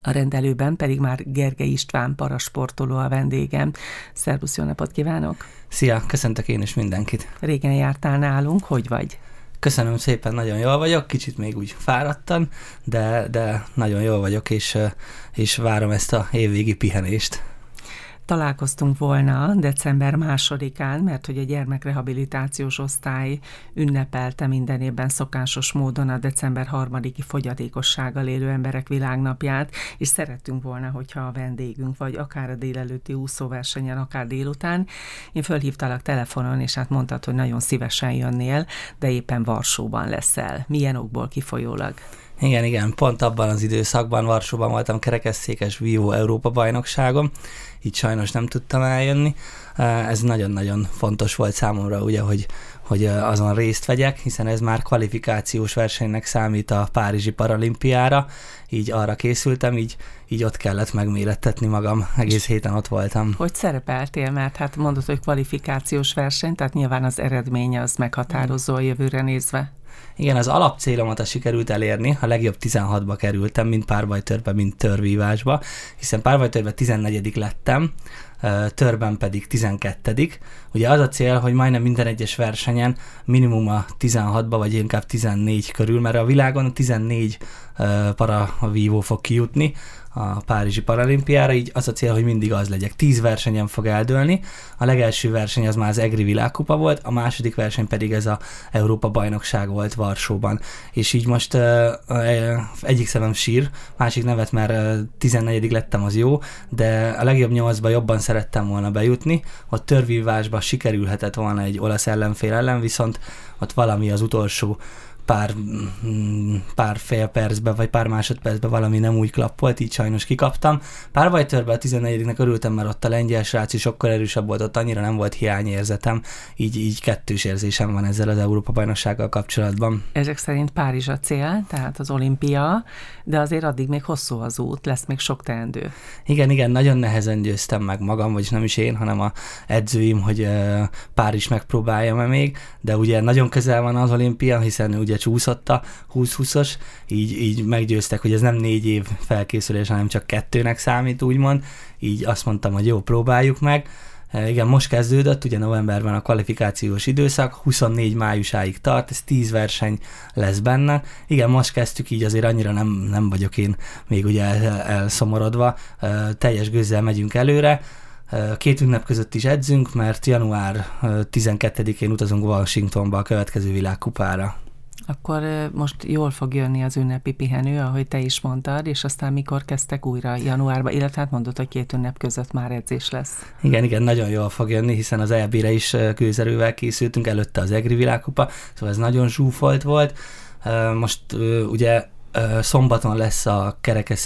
A rendelőben pedig már Gergely István parasportoló a vendégem. Szervusz, jó napot kívánok! Szia, köszöntök én is mindenkit! Régen jártál nálunk, hogy vagy? Köszönöm szépen, nagyon jól vagyok, kicsit még úgy fáradtan, de nagyon jól vagyok, és várom ezt a évvégi pihenést. Találkoztunk volna december 2-án, mert hogy a gyermekrehabilitációs osztály ünnepelte minden évben szokásos módon a december 3-i fogyatékossággal élő emberek világnapját, és szerettünk volna, hogyha a vendégünk vagy akár a délelőtti úszóversenyen, akár délután. Én fölhívtalak telefonon, és hát mondtad, hogy nagyon szívesen jönnél, de éppen Varsóban leszel. Milyen okból kifolyólag? Igen, pont abban az időszakban Varsóban voltam kerekesszékes vívó Európa-bajnokságon, így sajnos nem tudtam eljönni. Ez nagyon-nagyon fontos volt számomra, ugye, hogy azon részt vegyek, hiszen ez már kvalifikációs versenynek számít a Párizsi Paralimpiára, így arra készültem, így ott kellett megmérettetni magam, egész héten ott voltam. Hogy szerepeltél? Mert hát mondod, hogy kvalifikációs verseny, tehát nyilván az eredmény az meghatározó a jövőre nézve. Igen, az alapcélomat sikerült elérni, a legjobb 16-ba kerültem, mind párbajtőrbe, mind törvívásba, hiszen párbajtőrbe 14. lettem, törben pedig 12. Ugye az a cél, hogy majdnem minden egyes versenyen minimum a 16-ba, vagy inkább 14 körül, mert a világon a 14 paravívó fog kijutni a Párizsi Paralimpiára, így az a cél, hogy mindig az legyek. 10 versenyen fog eldőlni. A legelső verseny az már az EGRI világkupa volt, a második verseny pedig ez a Európa-bajnokság volt Varsóban. És így most egyik szemem sír, másik nevet, mert 14. lettem, az jó, de a legjobb 8-ba jobban szerettem volna bejutni. Ott törvívásba sikerülhetett volna egy olasz ellenfél ellen, viszont ott valami az utolsó pár fél percben, vagy pár másodpercben valami nem úgy klappolt, így sajnos kikaptam. Párbajtőrben a 14-nek örültem, mert ott a lengyel srác is sokkal erősebb volt, ott annyira nem volt hiányérzetem, így kettős érzésem van ezzel az Európa-bajnoksággal kapcsolatban. Ezek szerint Párizs a cél, tehát az olimpia, de azért addig még hosszú az út, lesz még sok teendő. Igen, nagyon nehezen győztem meg magam, vagyis nem is én, hanem a edzőim, hogy Párizs megpróbáljam-e még, de ugye nagyon közel van az olimpia, hiszen ugye csúszott a 20-20-os, így meggyőztek, hogy ez nem 4 év felkészülés, hanem csak 2-nek számít, úgymond. Így azt mondtam, hogy jó, próbáljuk meg. Igen, most kezdődött, ugye novemberben a kvalifikációs időszak, 24 májusáig tart, ez 10 verseny lesz benne. Igen, most kezdtük, így azért annyira nem vagyok én még ugye elszomorodva, teljes gőzzel megyünk előre. 2 ünnep között is edzünk, mert január 12-én utazunk Washingtonba a következő világkupára. Akkor most jól fog jönni az ünnepi pihenő, ahogy te is mondtad, és aztán mikor kezdtek újra januárba, illetve hát mondod, hogy 2 ünnep között már edzés lesz. Igen, nagyon jól fog jönni, hiszen az EB-re is gőzerővel készültünk, előtte az EGRI világkupa, szóval ez nagyon zsúfolt volt. Most ugye szombaton lesz a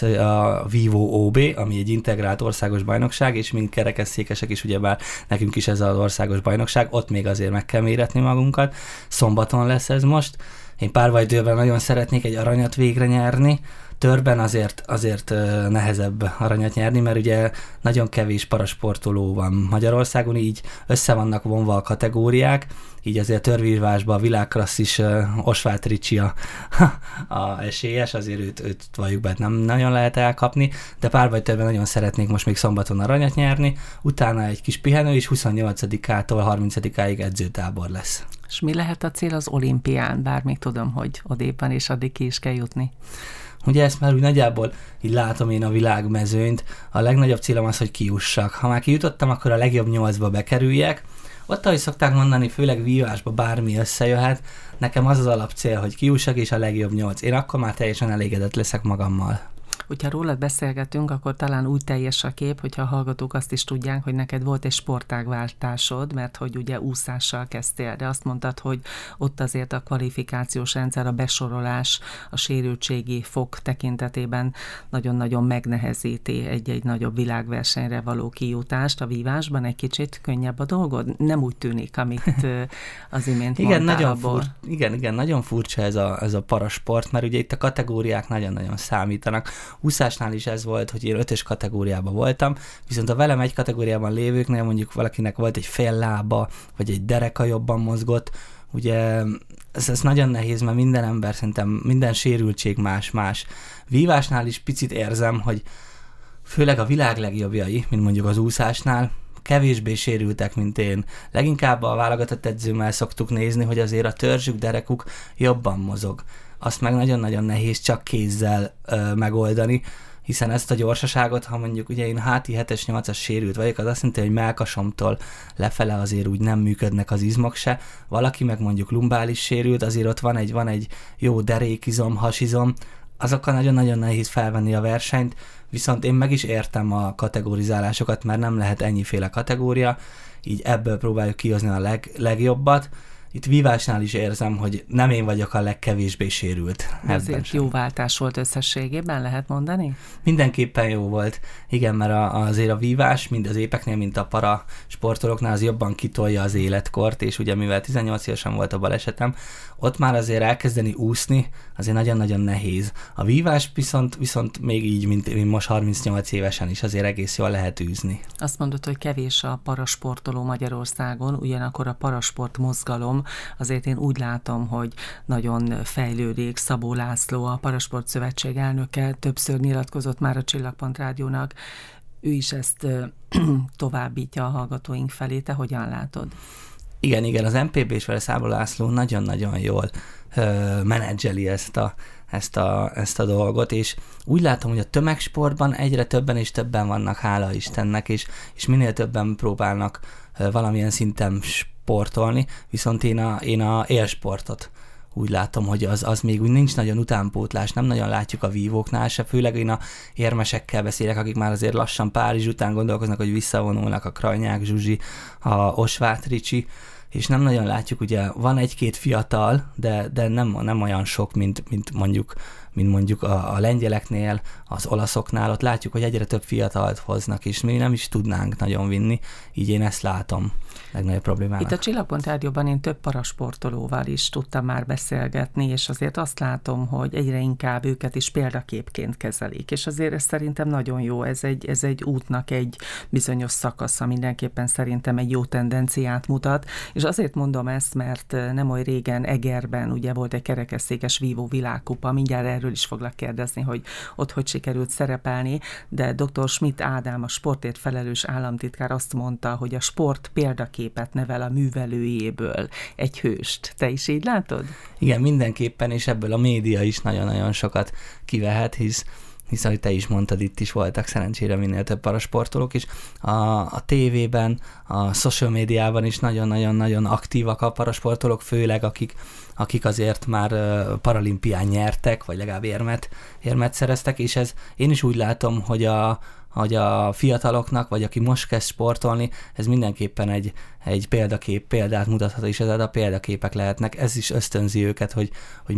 Vívó OB, ami egy integrált országos bajnokság, és mind kerekesszékesek is, ugyebár nekünk is ez az országos bajnokság, ott még azért meg kell méretni magunkat. Szombaton lesz ez most. Én párbajtőrben nagyon szeretnék egy aranyat végre nyerni, törben azért nehezebb aranyat nyerni, mert ugye nagyon kevés parasportoló van Magyarországon, így össze vannak vonva a kategóriák, így azért törvívásban a világklasszis Osváth Ricsi a esélyes, azért őt valljuk be, nem nagyon lehet elkapni, de párbajtőrben nagyon szeretnék most még szombaton aranyat nyerni, utána egy kis pihenő, és 28-ától 30-áig edzőtábor lesz. És mi lehet a cél az olimpián? Bár még tudom, hogy odébb van, és addig ki is kell jutni. Ugye ezt már úgy nagyjából így látom én a világmezőnyt. A legnagyobb célom az, hogy kijussak. Ha már kijutottam, akkor a legjobb 8-ba bekerüljek. Ott, ahogy szokták mondani, főleg vívásba bármi összejöhet. Nekem az az alapcél, hogy kijussak, és a legjobb 8. Én akkor már teljesen elégedett leszek magammal. Hogyha rólad beszélgetünk, akkor talán úgy teljes a kép, hogyha a hallgatók azt is tudják, hogy neked volt egy sportágváltásod, mert hogy ugye úszással kezdtél, de azt mondtad, hogy ott azért a kvalifikációs rendszer, a besorolás, a sérültségi fok tekintetében nagyon-nagyon megnehezíti egy nagyobb világversenyre való kijutást. A vívásban egy kicsit könnyebb a dolgod? Nem úgy tűnik, amit az imént mondtál abból. Igen, nagyon furcsa ez a parasport, mert ugye itt a kategóriák nagyon-nagyon számítanak. Úszásnál is ez volt, hogy én 5-ös kategóriában voltam, viszont a velem egy kategóriában lévőknél mondjuk valakinek volt egy fél lába, vagy egy dereka jobban mozgott, ugye ez nagyon nehéz, mert minden ember, szerintem minden sérültség más-más. Vívásnál is picit érzem, hogy főleg a világ legjobbjai, mint mondjuk az úszásnál, kevésbé sérültek, mint én. Leginkább a válogatott edzőmmel szoktuk nézni, hogy azért a törzsük, derekuk jobban mozog. Azt meg nagyon-nagyon nehéz csak kézzel megoldani, hiszen ezt a gyorsaságot, ha mondjuk ugye én háti 7-es, 8-as sérült vagyok, az azt jelenti, hogy mellkasomtól lefele azért úgy nem működnek az izmok se. Valaki meg mondjuk lumbális sérült, azért ott van egy jó derékizom, hasizom, azokkal nagyon-nagyon nehéz felvenni a versenyt, viszont én meg is értem a kategorizálásokat, mert nem lehet ennyiféle kategória, így ebből próbáljuk kihozni a legjobbat. Itt vívásnál is érzem, hogy nem én vagyok a legkevésbé sérült. Ezért jó váltás volt összességében, lehet mondani? Mindenképpen jó volt. Igen, mert azért a vívás, mind az épeknél, mint a para sportolóknál, az jobban kitolja az életkort, és ugye mivel 18 évesen volt a balesetem, ott már azért elkezdeni úszni, azért nagyon-nagyon nehéz. A vívás viszont még így, mint most 38 évesen is azért egész jól lehet űzni. Azt mondod, hogy kevés a parasportoló Magyarországon, ugyanakkor a parasport mozgalom, azért én úgy látom, hogy nagyon fejlődik. Szabó László, a Parasport Szövetség elnöke többször nyilatkozott már a Csillagpont Rádiónak. Ő is ezt továbbítja a hallgatóink felé. Te hogyan látod? Igen, az MPB-s vele Szabó László nagyon-nagyon jól menedzseli ezt a dolgot, és úgy látom, hogy a tömegsportban egyre többen és többen vannak, hála Istennek, és minél többen próbálnak valamilyen szinten sportolni, viszont én a élsportot úgy látom, hogy az még úgy nincs nagyon utánpótlás, nem nagyon látjuk a vívóknál se, főleg én a érmesekkel beszélek, akik már azért lassan Párizs után gondolkoznak, hogy visszavonulnak, a Krajnyák Zsuzsi, a Osváth Ricsi, és nem nagyon látjuk, ugye van egy-két fiatal, de nem olyan sok, mint mondjuk a lengyeleknél, az olaszoknál, ott látjuk, hogy egyre több fiatalt hoznak, és mi nem is tudnánk nagyon vinni, így én ezt látom legnagyobb problémának. Itt a Csillagpont Rádióban én több parasportolóval is tudtam már beszélgetni, és azért azt látom, hogy egyre inkább őket is példaképként kezelik, és azért ez szerintem nagyon jó, ez egy útnak egy bizonyos szakasza, mindenképpen szerintem egy jó tendenciát mutat, és azért mondom ezt, mert nem oly régen Egerben ugye volt egy kerekesszékes vívó világkupa, mindjárt erről is foglak kérdezni, hogy ott hogy sikerült szerepelni, de dr. Schmidt Ádám, a sportért felelős államtitkár azt mondta, hogy a sport példaképet nevel a művelőjéből egy hőst. Te is így látod? Igen, mindenképpen, és ebből a média is nagyon-nagyon sokat kivehet, hisz ahogy te is mondtad, itt is voltak szerencsére minél több parasportolók is. A tévében, a social médiában is nagyon-nagyon-nagyon aktívak a parasportolók, főleg akik azért már paralimpián nyertek, vagy legalább érmet szereztek, és én is úgy látom, hogy a fiataloknak, vagy aki most kezd sportolni, ez mindenképpen egy példát mutathat, és ez a példaképek lehetnek. Ez is ösztönzi őket, hogy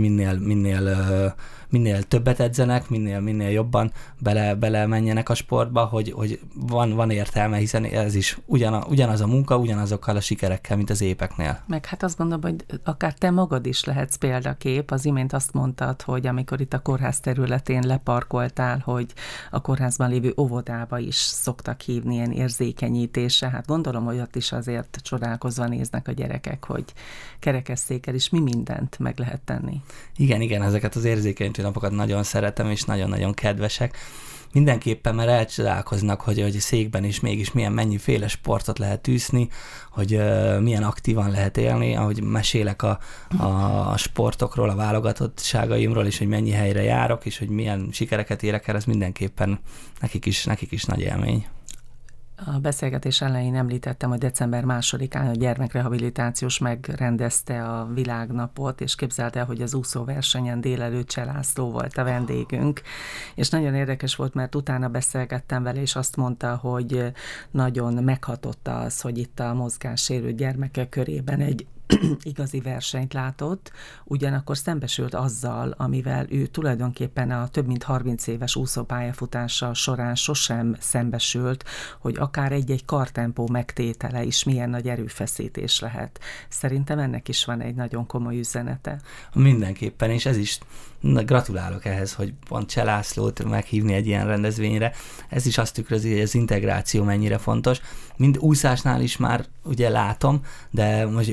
minél többet edzenek, minél jobban bele menjenek a sportba, hogy van értelme, hiszen ez is ugyanaz a munka, ugyanazokkal a sikerekkel, mint az épeknél. Meg hát azt gondolom, hogy akár te magad is lehetsz példakép. Az imént azt mondtad, hogy amikor itt a kórház területén leparkoltál, hogy a kórházban lévő óvodába is szoktak hívni ilyen érzékenyítésre. Hát gondolom, hogy ott is azért csodálkozva néznek a gyerekek, hogy kerekesszékkel is mi mindent meg lehet tenni. Igen, ezeket az érzékenyítő napokat nagyon szeretem, és nagyon-nagyon kedvesek. Mindenképpen, mert elcsodálkoznak, hogy székben is mégis mennyiféle sportot lehet űzni, hogy milyen aktívan lehet élni, ahogy mesélek a sportokról, a válogatottságaimról, és hogy mennyi helyre járok, és hogy milyen sikereket érek el, ez mindenképpen nekik is nagy élmény. A beszélgetés elején említettem, hogy december 2-án a gyermekrehabilitációs megrendezte a világnapot, és képzeld el, hogy az úszóversenyen délelőtt Cseh László volt a vendégünk, és nagyon érdekes volt, mert utána beszélgettem vele, és azt mondta, hogy nagyon meghatotta az, hogy itt a mozgássérült gyermekek körében egy igazi versenyt látott, ugyanakkor szembesült azzal, amivel ő tulajdonképpen a több mint 30 éves úszópályafutása során sosem szembesült, hogy akár egy-egy kartempó megtétele is milyen nagy erőfeszítés lehet. Szerintem ennek is van egy nagyon komoly üzenete. Mindenképpen, és ez is gratulálok ehhez, hogy pont Cseh Lászlót meghívni egy ilyen rendezvényre. Ez is azt tükrözi, hogy az integráció mennyire fontos. Mind úszásnál is már ugye látom, de most ugye, hogy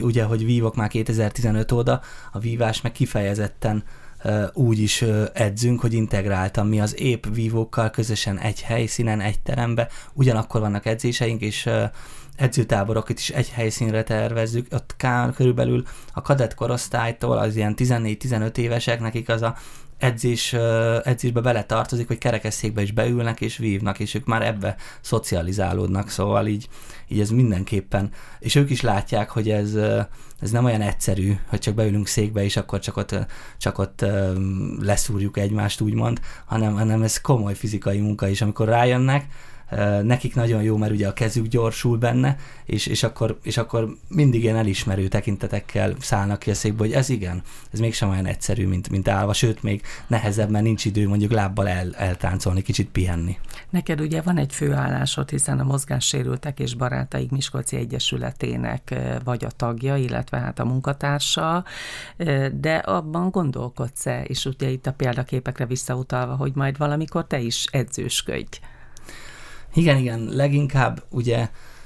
vívok már 2015 óta, a vívás meg kifejezetten úgy is edzünk, hogy integráltan mi az épp vívókkal közösen egy helyszínen, egy terembe, ugyanakkor vannak edzéseink, és edzőtáborokat is egy helyszínre tervezzük, ott körülbelül a kadett korosztálytól az ilyen 14-15 évesek, nekik az a edzésbe beletartozik, hogy kerekesszékbe is beülnek és vívnak, és ők már ebbe szocializálódnak, szóval így ez mindenképpen, és ők is látják, hogy ez nem olyan egyszerű, hogy csak beülünk székbe, és akkor csak ott leszúrjuk egymást, úgymond, hanem ez komoly fizikai munka is, amikor rájönnek, nekik nagyon jó, mert ugye a kezük gyorsul benne, és akkor mindig ilyen elismerő tekintetekkel szállnak ki a székbe, hogy ez igen, ez mégsem olyan egyszerű, mint állva, sőt, még nehezebb, mert nincs idő mondjuk lábbal eltáncolni, kicsit pihenni. Neked ugye van egy főállásod, hiszen a Mozgássérültek és Barátaik Miskolci Egyesületének vagy a tagja, illetve hát a munkatársa, de abban gondolkodsz-e, és ugye itt a példaképekre visszautalva, hogy majd valamikor te is edzősködj. Igen, leginkább ugye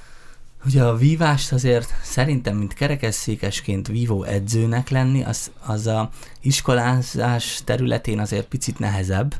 a vívást azért szerintem, mint kerekesszékesként vívó edzőnek lenni, az a iskolázás területén azért picit nehezebb,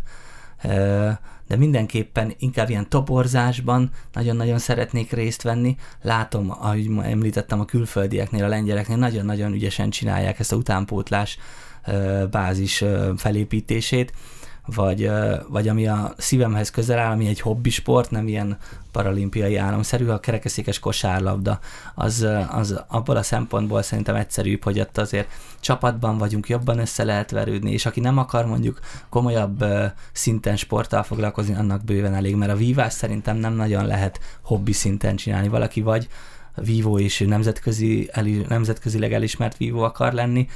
de mindenképpen inkább ilyen toborzásban nagyon-nagyon szeretnék részt venni. Látom, ahogy említettem, a külföldieknél, a lengyeleknél nagyon-nagyon ügyesen csinálják ezt a utánpótlás bázis felépítését, vagy ami a szívemhez közel áll, ami egy hobbisport, nem ilyen paralimpiai álomszerű, a kerekesszékes kosárlabda, az abból a szempontból szerintem egyszerűbb, hogy ott azért csapatban vagyunk, jobban össze lehet verődni, és aki nem akar mondjuk komolyabb szinten sporttal foglalkozni, annak bőven elég, mert a vívás szerintem nem nagyon lehet hobbi szinten csinálni. Valaki vagy vívó és nemzetközileg elismert vívó akar lenni,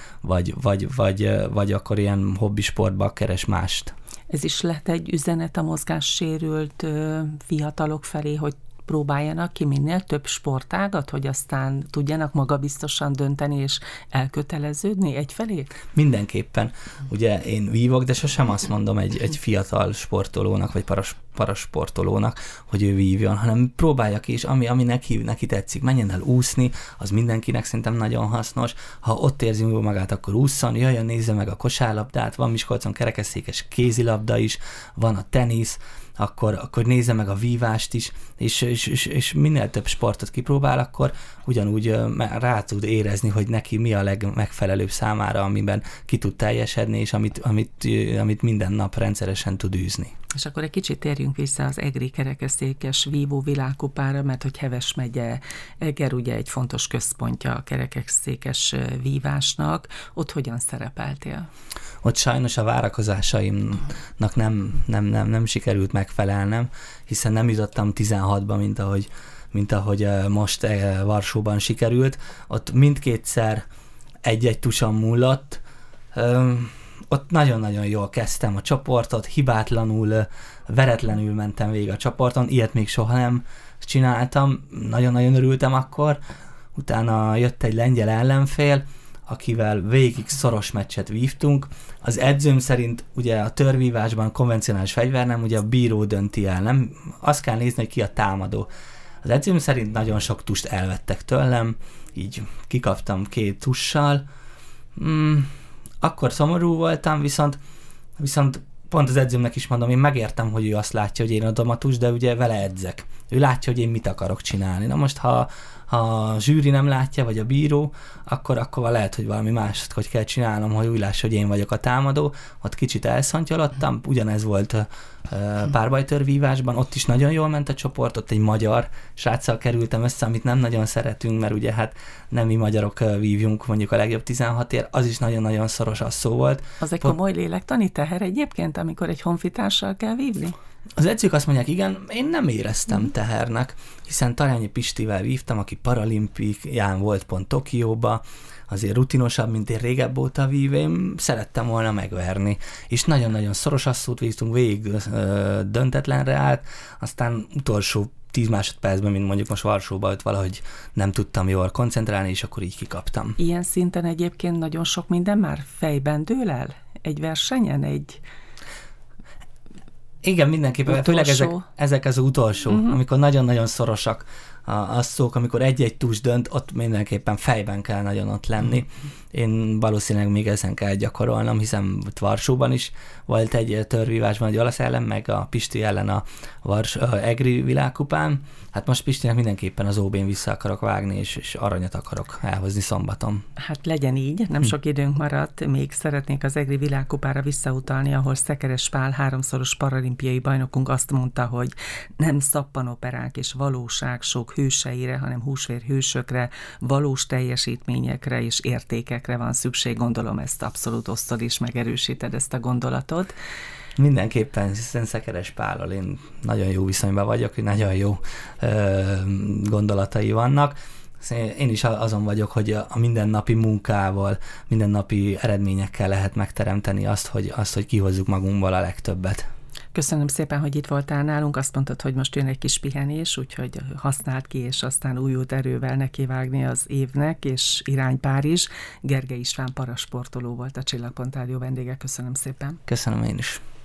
vagy akkor ilyen hobbisportba keres mást. Ez is lett egy üzenet a mozgássérült fiatalok felé, hogy próbáljanak ki minél több sportágat, hogy aztán tudjanak magabiztosan dönteni és elköteleződni egyfelé? Mindenképpen. Ugye én vívok, de sosem azt mondom egy fiatal sportolónak, vagy parasportolónak, hogy ő vívjon, hanem próbálja ki, és ami neki tetszik, menjen el úszni, az mindenkinek szerintem nagyon hasznos. Ha ott érzi jól magát, akkor ússzon, jöjjön, nézze meg a kosárlabdát, van Miskolcon kerekesszékes kézilabda is, van a tenisz, akkor nézze meg a vívást is, és minél több sportot kipróbál, akkor ugyanúgy rá tud érezni, hogy neki mi a legmegfelelőbb számára, amiben ki tud teljesedni, és amit minden nap rendszeresen tud űzni. És akkor egy kicsit térjünk vissza az egri kerekesszékes vívó világkupára, mert hogy Heves megye, Eger ugye egy fontos központja a kerekesszékes vívásnak. Ott hogyan szerepeltél? Ott sajnos a várakozásaimnak nem sikerült megfelelnem, hiszen nem jutottam 16-ba, mint ahogy most Varsóban sikerült. Ott mindkétszer egy-egy tuson múlott. Ott nagyon-nagyon jól kezdtem a csoportot, hibátlanul, veretlenül mentem végig a csoporton, ilyet még soha nem csináltam, nagyon-nagyon örültem akkor. Utána jött egy lengyel ellenfél, akivel végig szoros meccset vívtunk. Az edzőm szerint ugye a törvívásban konvencionális fegyver nem, ugye a bíró dönti el, nem? Azt kell nézni, hogy ki a támadó. Az edzőm szerint nagyon sok tust elvettek tőlem, így kikaptam 2 tussal. Akkor szomorú voltam, viszont pont az edzőmnek is mondom, én megértem, hogy ő azt látja, hogy én adom a tust, de ugye vele edzek. Ő látja, hogy én mit akarok csinálni. Na most, ha a zsűri nem látja, vagy a bíró, akkor lehet, hogy valami mást hogy kell csinálnom, hogy úgy lássa, hogy én vagyok a támadó. Ott kicsit elszontyolottam, ugyanez volt párbajtörvívásban, ott is nagyon jól ment a csoport, ott egy magyar sráccal kerültem össze, amit nem nagyon szeretünk, mert ugye hát nem mi magyarok vívjunk mondjuk a legjobb 16-ért, az is nagyon-nagyon szoros szó volt. Az egy komoly lélektani teher egyébként, amikor egy honfitársal kell vívni? Az edzők azt mondják, igen, én nem éreztem tehernek, hiszen Tarjányi Pistivel vívtam, aki paralimpián volt pont Tokióba, azért rutinosabb, mint én régebb óta vív, én szerettem volna megverni. És nagyon-nagyon szoros asszót vívtunk, végig döntetlenre állt, aztán utolsó 10 másodpercben, mint mondjuk most Varsóban, ott valahogy nem tudtam jól koncentrálni, és akkor így kikaptam. Ilyen szinten egyébként nagyon sok minden már fejben dől el? Egy versenyen, Igen, mindenképpen, főleg ezek az utolsó, amikor nagyon-nagyon szorosak azt szok, amikor egy-egy tus dönt, ott mindenképpen fejben kell nagyon ott lenni. Én valószínűleg még ezen kell gyakorolnom, hiszen Varsóban is volt egy törvívásban egy olasz ellen, meg a Pisti ellen a Egri világkupán. Hát most Pistinek mindenképpen az OB-n vissza akarok vágni, és aranyat akarok elhozni szombaton. Hát legyen így, nem sok időnk maradt, még szeretnék az Egri világkupára visszautalni, ahol Szekeres Pál 3-szoros paralimpiai bajnokunk azt mondta, hogy nem szappanoperák és valóság sok hőseire, hanem húsvér hősökre, valós teljesítményekre és értékekre van szükség. Gondolom ezt abszolút osztod és megerősíted ezt a gondolatot. Mindenképpen, hiszen Szekeres Pállal én nagyon jó viszonyban vagyok, hogy nagyon jó gondolatai vannak. Én is azon vagyok, hogy a mindennapi munkával, mindennapi eredményekkel lehet megteremteni azt, hogy kihozzuk magunkból a legtöbbet. Köszönöm szépen, hogy itt voltál nálunk. Azt mondtad, hogy most jön egy kis pihenés, úgyhogy használd ki, és aztán újult erővel nekivágni az évnek, és irány Párizs. Gergely István parasportoló volt a Csillagpont Rádió vendége. Köszönöm szépen. Köszönöm én is.